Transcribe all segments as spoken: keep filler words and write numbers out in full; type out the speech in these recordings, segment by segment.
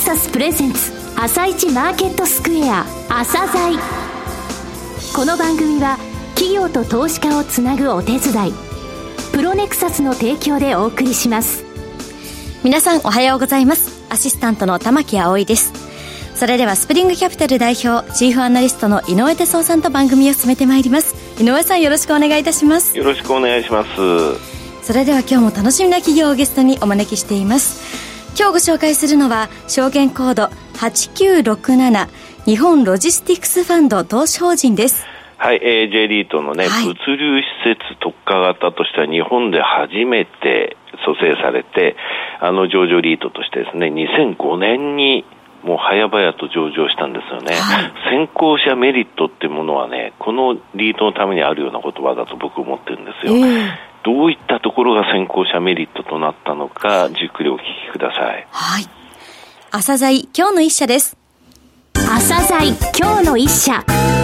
サスプレゼンツ朝一マーケットスクエア朝鮮。この番組は企業と投資家をつなぐお手伝い、プロネクサスの提供でお送りします。 皆さんおはようございます。アシスタントの玉木葵です。それではスプリングキャピタル代表チーフアナリストの井上哲夫さんと番組を進めてまいります。井上さん、よろしくお願いいたします。 よろしくお願いします。 それでは今日も楽しみな企業をゲストにお招きしています。今日ご紹介するのは証券コードはちきゅうろくなな日本ロジスティクスファンド投資法人です。 はい、えー、J リートのね、はい、物流施設特化型としては日本で初めて蘇生されて、あの上場リートとしてですね、にせんごねんにもう早々と上場したんですよね、はい、先行者メリットっていうものはね、このリートのためにあるような言葉だと僕思ってるんですよ、えー、どういったところが先行者メリットとなったのか、じっくりお聞きください。 はい。朝鮮今日の一社です。 朝鮮今日の一社。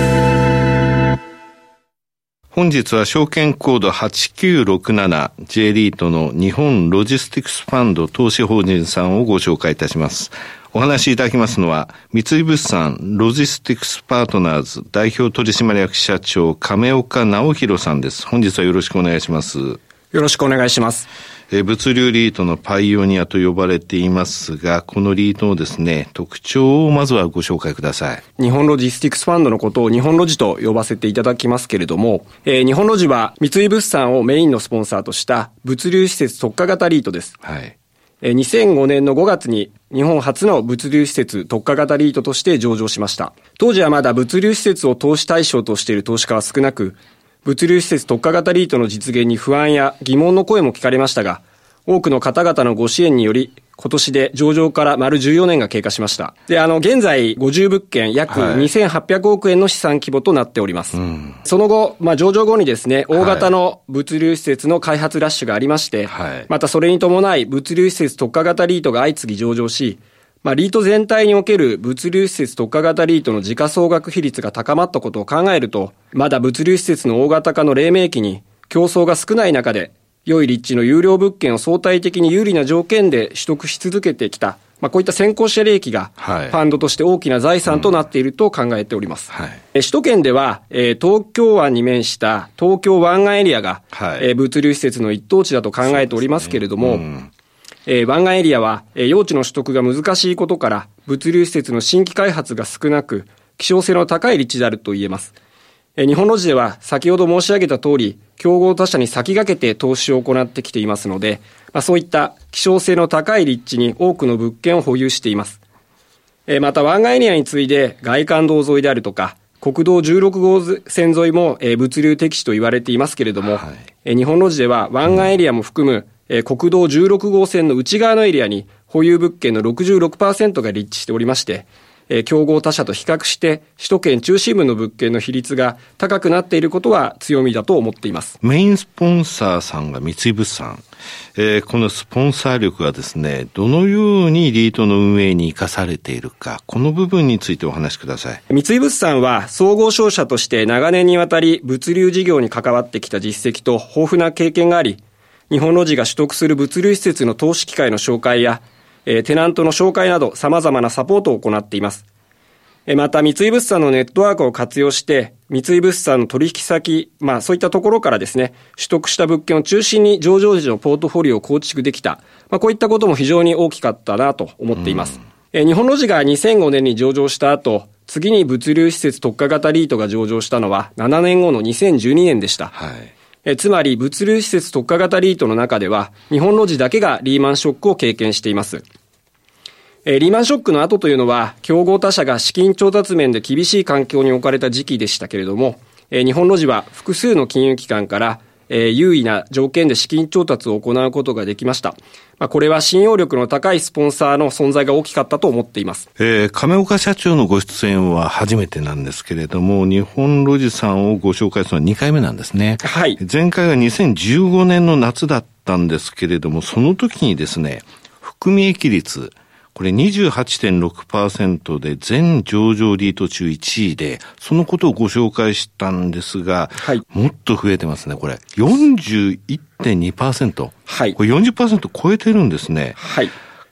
本日は証券コードはちきゅうろくなな J リートの日本ロジスティクスファンド投資法人さんをご紹介いたします。お話しいただきますのは、三井物産ロジスティクスパートナーズ代表取締役社長亀岡直弘さんです。本日はよろしくお願いします。 よろしくお願いします。 え物流リートのパイオニアと呼ばれていますが、このリートのですね、特徴をまずはご紹介ください。 日本ロジスティクスファンドのことを日本ロジと呼ばせていただきますけれども、えー、日本ロジは三井物産をメインのスポンサーとした物流施設特化型リートです。 はい。 えー、にせんごねんのごがつに日本初の物流施設特化型リートとして上場しました。当時はまだ物流施設を投資対象としている投資家は少なく、物流施設特化型リートの実現に不安や疑問の声も聞かれましたが、多くの方々のご支援により、今年で上場から丸じゅうよねんが経過しました。で、あの、現在ごじゅうぶっけん約にせんはっぴゃくおくえんの資産規模となっております。はい、うん、その後、まあ、上場後にですね、大型の物流施設の開発ラッシュがありまして、はい、またそれに伴い物流施設特化型リートが相次ぎ上場し、まあ、リート全体における物流施設特化型リートの時価総額比率が高まったことを考えると、まだ物流施設の大型化の黎明期に競争が少ない中で、良い立地の有料物件を相対的に有利な条件で取得し続けてきた、まあ、こういった先行者利益がファンドとして大きな財産となっていると考えております。はい、え首都圏では、えー、東京湾に面した東京湾岸エリアが、はい、えー、物流施設の一等地だと考えておりますけれども、えー、湾岸エリアは、えー、用地の取得が難しいことから物流施設の新規開発が少なく希少性の高い立地であると言えます。えー、日本ロジでは先ほど申し上げた通り競合他社に先駆けて投資を行ってきていますので、まあ、そういった希少性の高い立地に多くの物件を保有しています。えー、また湾岸エリアに次いで外環道沿いであるとか国道じゅうろくごうせん沿いも、えー、物流適地と言われていますけれども、はい、えー、日本ロジでは湾岸エリアも含む、えー、国道じゅうろくごうせんの内側のエリアに保有物件の ろくじゅうろくパーセント が立地しておりまして、えー、競合他社と比較して首都圏中心部の物件の比率が高くなっていることは強みだと思っています。 メインスポンサーさんが三井物産、えー、このスポンサー力がですね、どのようにリートの運営に生かされているか、この部分についてお話しください。 三井物産は総合商社として長年にわたり物流事業に関わってきた実績と豊富な経験があり、日本ロジが取得する物流施設の投資機会の紹介やえー、テナントの紹介など様々なサポートを行っています。えー、また三井物産のネットワークを活用して三井物産の取引先、まあそういったところからですね、取得した物件を中心に上場時のポートフォリオを構築できた、まあこういったことも非常に大きかったなと思っています。えー、日本ロジがにせんごねんに上場した後、次に物流施設特化型リートが上場したのはななねんごのにせんじゅうにねんでした。はい、えつまり物流施設特化型リートの中では日本ロジだけがリーマンショックを経験しています。えリーマンショックの後というのは競合他社が資金調達面で厳しい環境に置かれた時期でしたけれども、え日本ロジは複数の金融機関からえ優位な条件で資金調達を行うことができました。まあ、これは信用力の高いスポンサーの存在が大きかったと思っています。 えー、亀岡社長のご出演は初めてなんですけれども、日本ロジさんをご紹介するのはにかいめなんですね。はい。前回がにせんじゅうごねんの夏だったんですけれども、その時にですね、含み益率、これ にじゅうはちてんろくパーセント で全上場リート中いちいで、そのことをご紹介したんですが、はい、もっと増えてますね、これ。よんじゅういってんにパーセント。はい。これ よんじゅっパーセント 超えてるんですね。はい。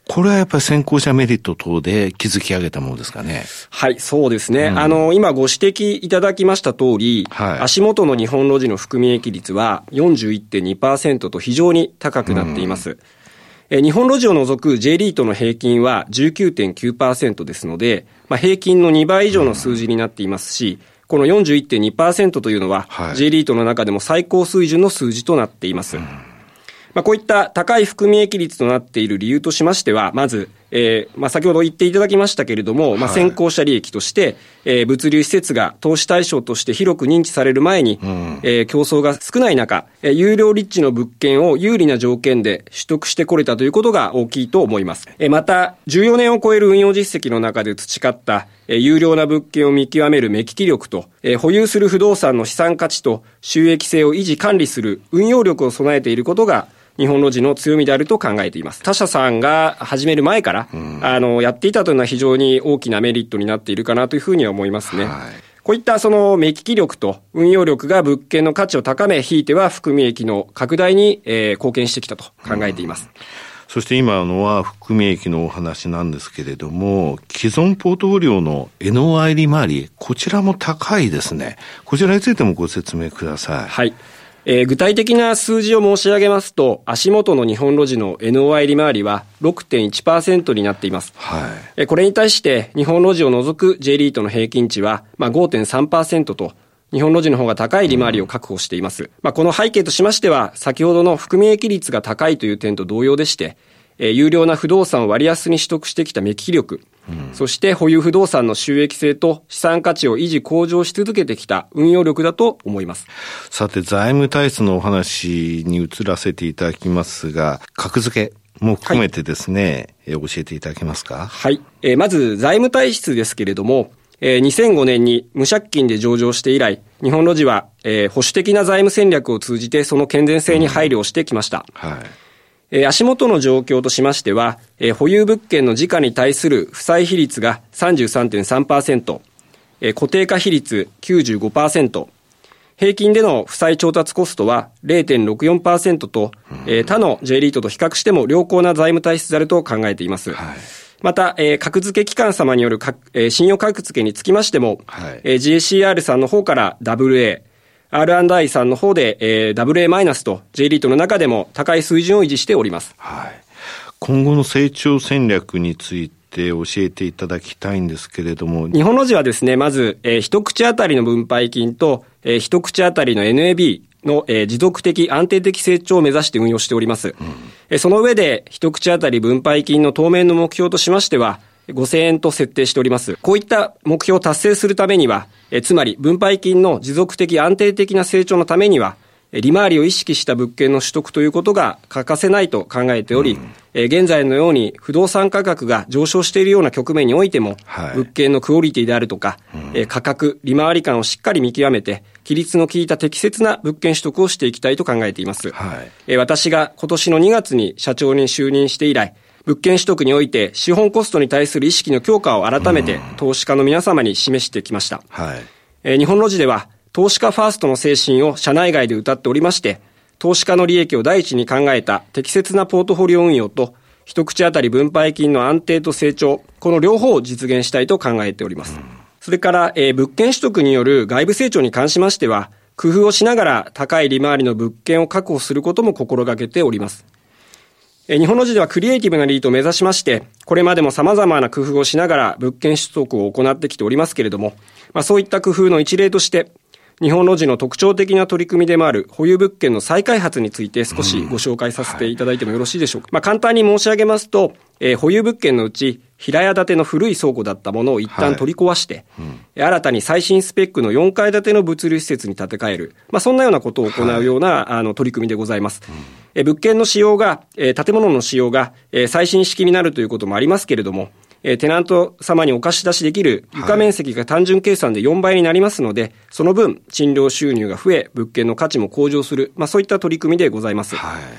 これはやっぱり先行者メリット等で築き上げたものですかね。 はい、そうですね。うん、あの、今ご指摘いただきました通り、はい、足元の日本ロジの含み益率は よんじゅういってんにパーセント と非常に高くなっています。うんえ日本ロジを除く J リートの平均は じゅうきゅうてんきゅうパーセント ですので、まあ、平均のにばい以上の数字になっていますし、この よんじゅういってんにパーセント というのは、はい、J リートの中でも最高水準の数字となっています。うんまあ、こういった高い含み益率となっている理由としましては、まず、えー、まあ、先ほど言っていただきましたけれども、まあ、先行者利益として、えー、物流施設が投資対象として広く認知される前に、うん、えー、競争が少ない中、えー、有料立地の物件を有利な条件で取得してこれたということが大きいと思います。えー、また、じゅうよねんを超える運用実績の中で培った、えー、有料な物件を見極める目利き力と、えー、保有する不動産の資産価値と収益性を維持管理する運用力を備えていることが、日本ロジの強みであると考えています。他社さんが始める前から、うん、あの、やっていたというのは非常に大きなメリットになっているかなというふうには思いますね。はい、こういったその目利き力と運用力が物件の価値を高め、ひいては含み益の拡大に、えー、貢献してきたと考えています。うん、 そして今のは含み益のお話なんですけれども、既存ポートフォリオの エヌオーアイ 利回り、こちらも高いですね。こちらについてもご説明ください。 はい。えー、具体的な数字を申し上げますと、足元の日本ロジの エヌオーアイ 利回りは ろくてんいちパーセント になっています。はい。えー、これに対して日本ロジを除く J リートの平均値は、まあ、ごてんさんパーセント と、日本ロジの方が高い利回りを確保しています。うん、まあ、この背景としましては、先ほどの含み益率が高いという点と同様でして、えー、有料な不動産を割安に取得してきた目利き力、うん、そして保有不動産の収益性と資産価値を維持向上し続けてきた運用力だと思います。 さて、財務体質のお話に移らせていただきますが、格付けも含めてですね、はい、教えていただけますか。 はい。えー、まず財務体質ですけれども、えー、にせんごねんに無借金で上場して以来、日本ロジは、えー、保守的な財務戦略を通じてその健全性に配慮をしてきました。うん、はい。えー、足元の状況としましては、えー、保有物件の時価に対する負債比率が さんじゅうさんてんさんパーセント、えー、固定化比率 きゅうじゅうごパーセント、平均での負債調達コストは れいてんろくよんパーセント と、えー、他の J リートと比較しても良好な財務体質であると考えています。はい、また、えー、格付け機関様によるか、えー、信用格付けにつきましても、はい、えー、ジェーシーアール さんの方から ダブルエー、アールアンドアイ さんの方で、えー、ダブルエー マイナスと J リートの中でも高い水準を維持しております。 はい。今後の成長戦略について教えていただきたいんですけれども。 日本ロジはですね、まず、えー、一口当たりの分配金と、えー、一口当たりの エヌエービー の、えー、持続的安定的成長を目指して運用しております。うん、えー、その上で、一口当たり分配金の当面の目標としましては、ごせんえんと設定しております。こういった目標を達成するためには、えつまり分配金の持続的安定的な成長のためには、利回りを意識した物件の取得ということが欠かせないと考えており、うん、え現在のように不動産価格が上昇しているような局面においても、はい、物件のクオリティであるとか、うん、価格、利回り感をしっかり見極めて、規律の効いた適切な物件取得をしていきたいと考えています。はい、え私が今年のにがつに社長に就任して以来、物件取得において資本コストに対する意識の強化を改めて投資家の皆様に示してきました。はい、えー、日本ロジでは投資家ファーストの精神を社内外で謳っておりまして、投資家の利益を第一に考えた適切なポートフォリオ運用と一口当たり分配金の安定と成長、この両方を実現したいと考えております。うん、それから、えー、物件取得による外部成長に関しましては、工夫をしながら高い利回りの物件を確保することも心がけております。日本ロジではクリエイティブなリートを目指しまして、これまでも様々な工夫をしながら物件取得を行ってきておりますけれども、まあ、そういった工夫の一例として、日本ロジの特徴的な取り組みでもある保有物件の再開発について少しご紹介させていただいてもよろしいでしょうか。うん、はい、まあ、簡単に申し上げますと、えー、保有物件のうち平屋建ての古い倉庫だったものを一旦取り壊して、はい、うん、新たに最新スペックのよんかい建ての物流施設に建て替える、まあ、そんなようなことを行うような、はい、あの取り組みでございます。うん、え物件の使用が、えー、建物の使用が、えー、最新式になるということもありますけれども、えー、テナント様にお貸し出しできる床面積が単純計算でよんばいになりますので、はい、その分賃料収入が増え、物件の価値も向上する、まあ、そういった取り組みでございます。はい、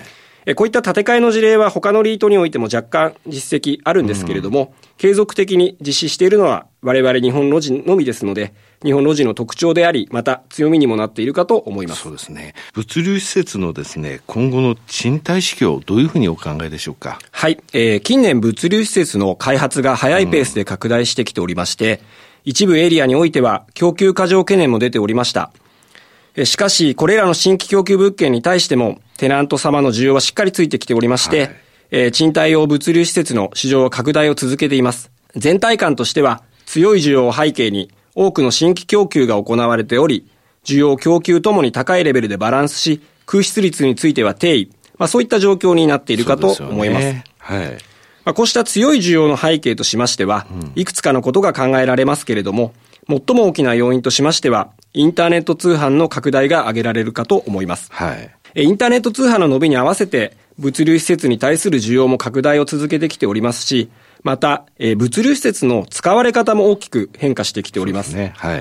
こういった建て替えの事例は他のリートにおいても若干実績あるんですけれども、うん、継続的に実施しているのは我々日本ロジのみですので、日本ロジの特徴であり、また強みにもなっているかと思います。 そうですね。物流施設のですね、今後の賃貸市況、どういうふうにお考えでしょうか。 はい、えー、近年物流施設の開発が早いペースで拡大してきておりまして、うん、一部エリアにおいては供給過剰懸念も出ておりました。しかし、これらの新規供給物件に対しても、テナント様の需要はしっかりついてきておりまして、はい、えー、賃貸用物流施設の市場は拡大を続けています。全体感としては、強い需要を背景に、多くの新規供給が行われており、需要供給ともに高いレベルでバランスし、空室率については低位、まあ、そういった状況になっているかと思います。そうですよね。はい。まあ、こうした強い需要の背景としましては、うん、いくつかのことが考えられますけれども、最も大きな要因としましては、インターネット通販の拡大が挙げられるかと思います。はい。インターネット通販の伸びに合わせて、物流施設に対する需要も拡大を続けてきておりますし、また、物流施設の使われ方も大きく変化してきております。そうですね。はい。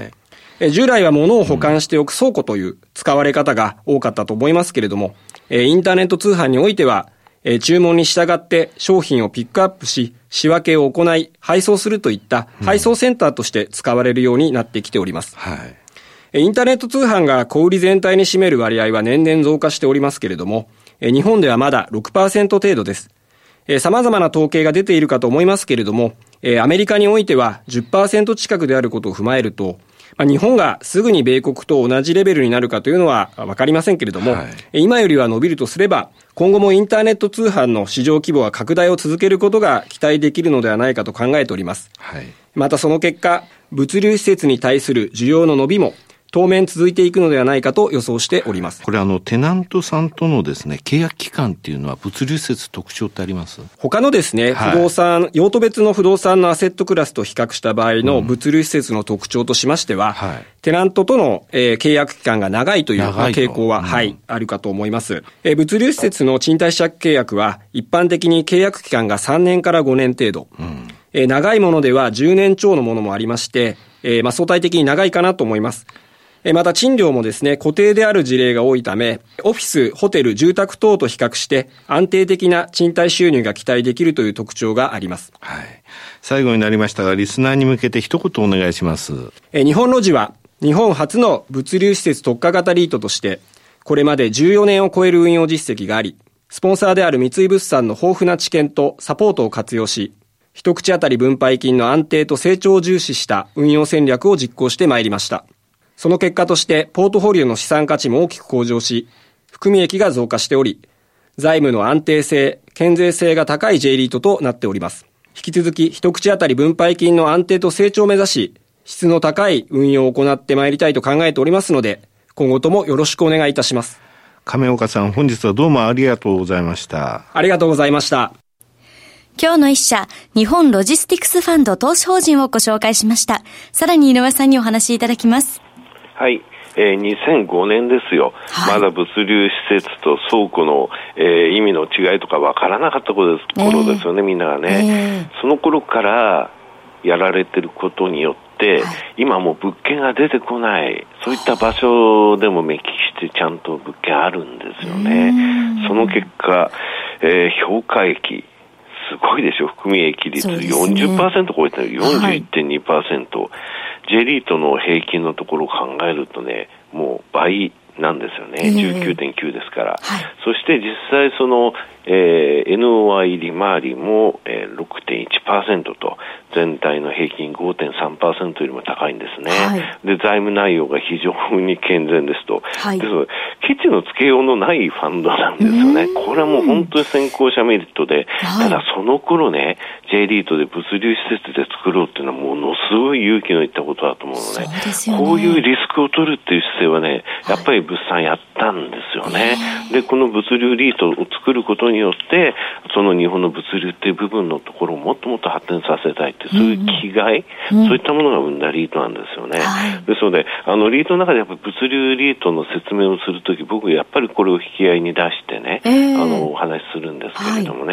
従来は物を保管しておく倉庫という使われ方が多かったと思いますけれども、インターネット通販においては、注文に従って商品をピックアップし、仕分けを行い、配送するといった配送センターとして使われるようになってきております。はい。インターネット通販が小売全体に占める割合は年々増加しておりますけれども、日本ではまだ ろくパーセント 程度です。様々な統計が出ているかと思いますけれども、アメリカにおいては じゅっパーセント 近くであることを踏まえると、日本がすぐに米国と同じレベルになるかというのはわかりませんけれども、はい、今よりは伸びるとすれば、今後もインターネット通販の市場規模は拡大を続けることが期待できるのではないかと考えております。はい、またその結果、物流施設に対する需要の伸びも当面続いていくのではないかと予想しております。 これあの、テナントさんとのですね、契約期間っていうのは物流施設特徴ってあります？ 他のですね、はい、不動産、用途別の不動産のアセットクラスと比較した場合の物流施設の特徴としましては、うんはい、テナントとの、えー、契約期間が長いという傾向は、うん、はい、あるかと思います。えー、物流施設の賃貸借契約は一般的に契約期間がさんねんからごねん程度。うんえー、長いものではじゅうねん超のものもありまして、えー、まあ相対的に長いかなと思います。また賃料もですね、固定である事例が多いため、オフィス、ホテル、住宅等と比較して安定的な賃貸収入が期待できるという特徴があります。 はい。最後になりましたが、リスナーに向けて一言お願いします。 え日本ロジは日本初の物流施設特化型リートとして、これまでじゅうよねんを超える運用実績があり、スポンサーである三井物産の豊富な知見とサポートを活用し、一口当たり分配金の安定と成長を重視した運用戦略を実行してまいりました。その結果として、ポートフォリオの資産価値も大きく向上し、含み益が増加しており、財務の安定性、健全性が高い J リートとなっております。引き続き、一口当たり分配金の安定と成長を目指し、質の高い運用を行ってまいりたいと考えておりますので、今後ともよろしくお願いいたします。 亀岡さん、本日はどうもありがとうございました。 ありがとうございました。 今日の一社、日本ロジスティクスファンド投資法人をご紹介しました。さらに井上さんにお話しいただきます。 はい、えー、にせんごねんですよ、はい、まだ物流施設と倉庫の、えー、意味の違いとか分からなかった頃です、えー、頃ですよね、みんながね、えー、その頃からやられてることによって、はい、今もう物件が出てこない、そういった場所でも目利きしてちゃんと物件あるんですよね。その結果、えー、評価益すごいでしょ、含み益率、ね、よんじゅっパーセント 超えてる、よんじゅういってんにパーセント、はい、J リートの平均のところを考えるとね、もう倍なんですよね、えー、じゅうきゅうてんきゅうですから、はい、そして実際その、えー、エヌオーアイ 利回りも、えー、ろくてんいちパーセント と全体の平均 ごてんさんパーセント よりも高いんですね、はい、で財務内容が非常に健全ですと、はい、ですのでケチのつけようのないファンドなんですよね。これはもう本当に先行者メリットで、ただその頃ね J リートで物流施設で作ろうっていうのはものすごい勇気のいったことだと思うので、ね、こういうリスクを取るっていう姿勢はね、やっぱり物産やったんですよね、はい、でこの物流リートを作ることによってその日本の物流っていう部分のところをもっともっと発展させたいってそういう気概、うん、そういったものが生んだリートなんですよね、はい、ですのであのリートの中でやっぱり物流リートの説明をするとき僕やっぱりこれを引き合いに出してね、えー、あのお話しするんですけれどもね、はい、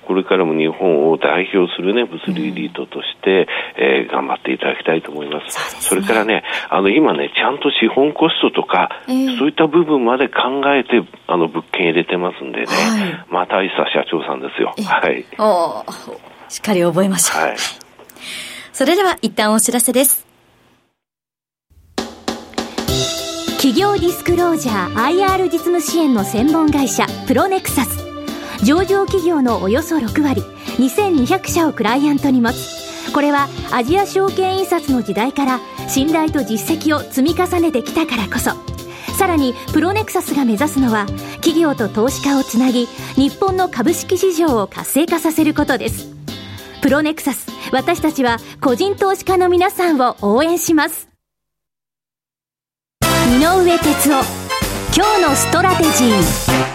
これからも日本を代表するね、物流リードとして、うん、えー、頑張っていただきたいと思います。 そ, す、ね、それからね、あの今ね、ちゃんと資本コストとか、えー、そういった部分まで考えてあの物件入れてますんでね、はい、また伊佐社長さんですよ。はい。 おしっかり覚えましょう。はい。それでは一旦お知らせです。 企業ディスクロージャー アイアール 実務支援の専門会社プロネクサス。上場企業のおよそろくわり、にせんにひゃくしゃをクライアントに持つ。これはアジア証券印刷の時代から信頼と実績を積み重ねてきたからこそ。さらにプロネクサスが目指すのは、企業と投資家をつなぎ、日本の株式市場を活性化させることです。プロネクサス、私たちは個人投資家の皆さんを応援します。井上哲夫、今日のストラテジー。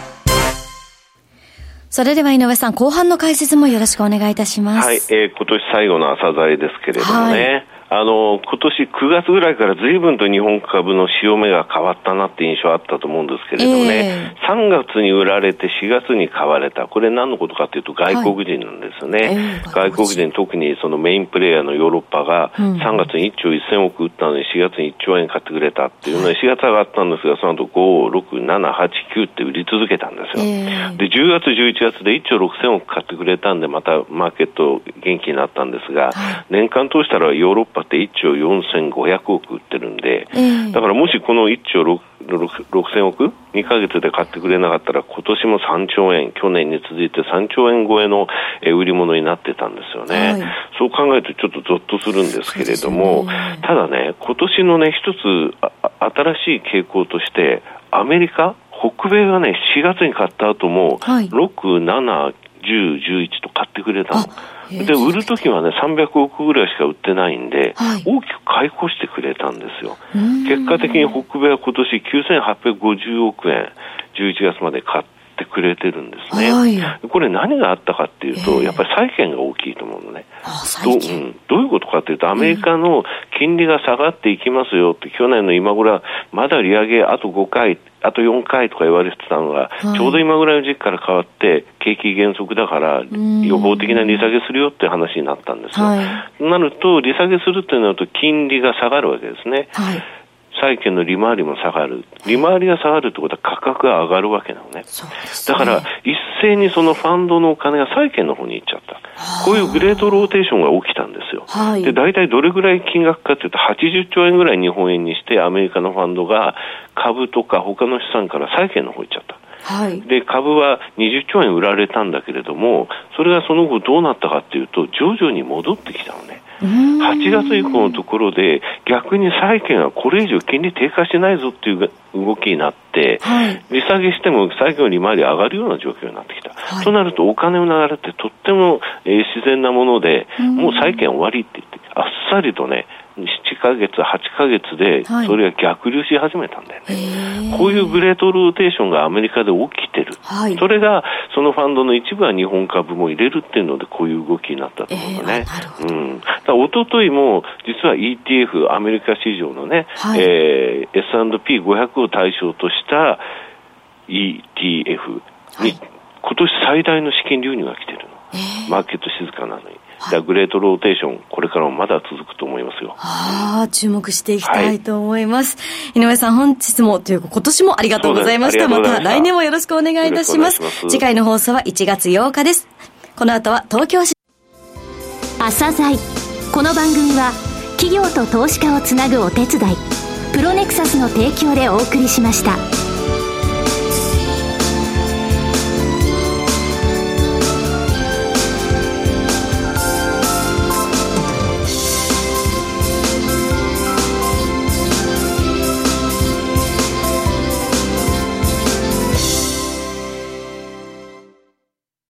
それでは井上さん、後半の解説もよろしくお願いいたします。 はい、えー、今年最後の朝鮮ですけれどもね、はい、あの今年くがつぐらいから随分と日本株の潮目が変わったなって印象あったと思うんですけれどもね、えー、さんがつに売られてしがつに買われた。これ何のことかというと外国人なんですね、はい、えー、外国人、特にそのメインプレイヤーのヨーロッパがさんがつにいっちょうせんおく売ったのにしがつにいっちょうえん買ってくれたっていうので、しがつ上がったんですが、その後ご、ろく、なな、はち、きゅうって売り続けたんですよ、えー、でじゅうがつじゅういちがつでいっちょうろくせんおく買ってくれたんで、またマーケット元気になったんですが、はい、年間通したらヨーロッパっていっちょうよんせんごひゃくおく売ってるんで、えー、だからもしこのいっちょうろくせんおくにかげつで買ってくれなかったら、今年もさんちょうえん、去年に続いてさんちょうえん超えの売り物になってたんですよね、はい、そう考えるとちょっとゾッとするんですけれども、ね、ただね、今年のね、一つ新しい傾向として、アメリカ、北米がね、しがつに買った後も、はい、ろく、なな、じゅう、じゅういちと買ってくれたの。で、売るときはね、さんびゃくおくぐらいしか売ってないんで、はい、大きく買い越してくれたんですよ。結果的に北米は今年きゅうせんはっぴゃくごじゅうおくえん、じゅういちがつまで買ってくれてるんですね、はい、これ何があったかっていうと、えー、やっぱり債券が大きいと思うのね。ど, うん、どういうことかっていうと、アメリカの金利が下がっていきますよって、去年の今頃はまだ利上げあとごかい、あとよんかいとか言われてたのが、はい、ちょうど今ぐらいの時期から変わって景気減速だから予防的な利下げするよって話になったんですよ、はい、なると利下げするってなると金利が下がるわけですね、はい、債券の利回りも下がる。利回りが下がるってことは価格が上がるわけなのね。そうですね。だから一斉にそのファンドのお金が債券の方に行っちゃった。こういうグレートローテーションが起きたんですよ、はい、で大体どれぐらい金額かというとはちじゅっちょうえんぐらい日本円にしてアメリカのファンドが株とか他の資産から債券の方に行っちゃった。はい、で株はにじゅっちょうえん売られたんだけれども、それがその後どうなったかというと徐々に戻ってきたのね。はちがつ以降のところで逆に債券はこれ以上金利低下しないぞっていう動きになって、はい、利下げしても債券の利回り上がるような状況になってきた、はい、となるとお金の流れってとっても、えー、自然なもので、もう債券終わりって言ってあっさりとねななかげつはちかげつでそれが逆流し始めたんだよね、はい、こういうグレートローテーションがアメリカで起きてる、はい、それがそのファンドの一部は日本株も入れるっていうのでこういう動きになったと思うのね、えーうん、だから一昨日も実は イーティーエフ アメリカ市場のね、はい、えー、エスアンドピーごひゃく を対象とした イーティーエフ に、はい、今年最大の資金流入が来てるの、えー、マーケット静かなのに。グレートローテーション、これからもまだ続くと思いますよ。 ああ、注目していきたいと思います。はい、井上さん、本日もというか今年もありがとうございました。また来年もよろしくお願いいたします。次回の放送はいちがつようかです。この後は東京市朝鮮。この番組は企業と投資家をつなぐお手伝い、プロネクサスの提供でお送りしました。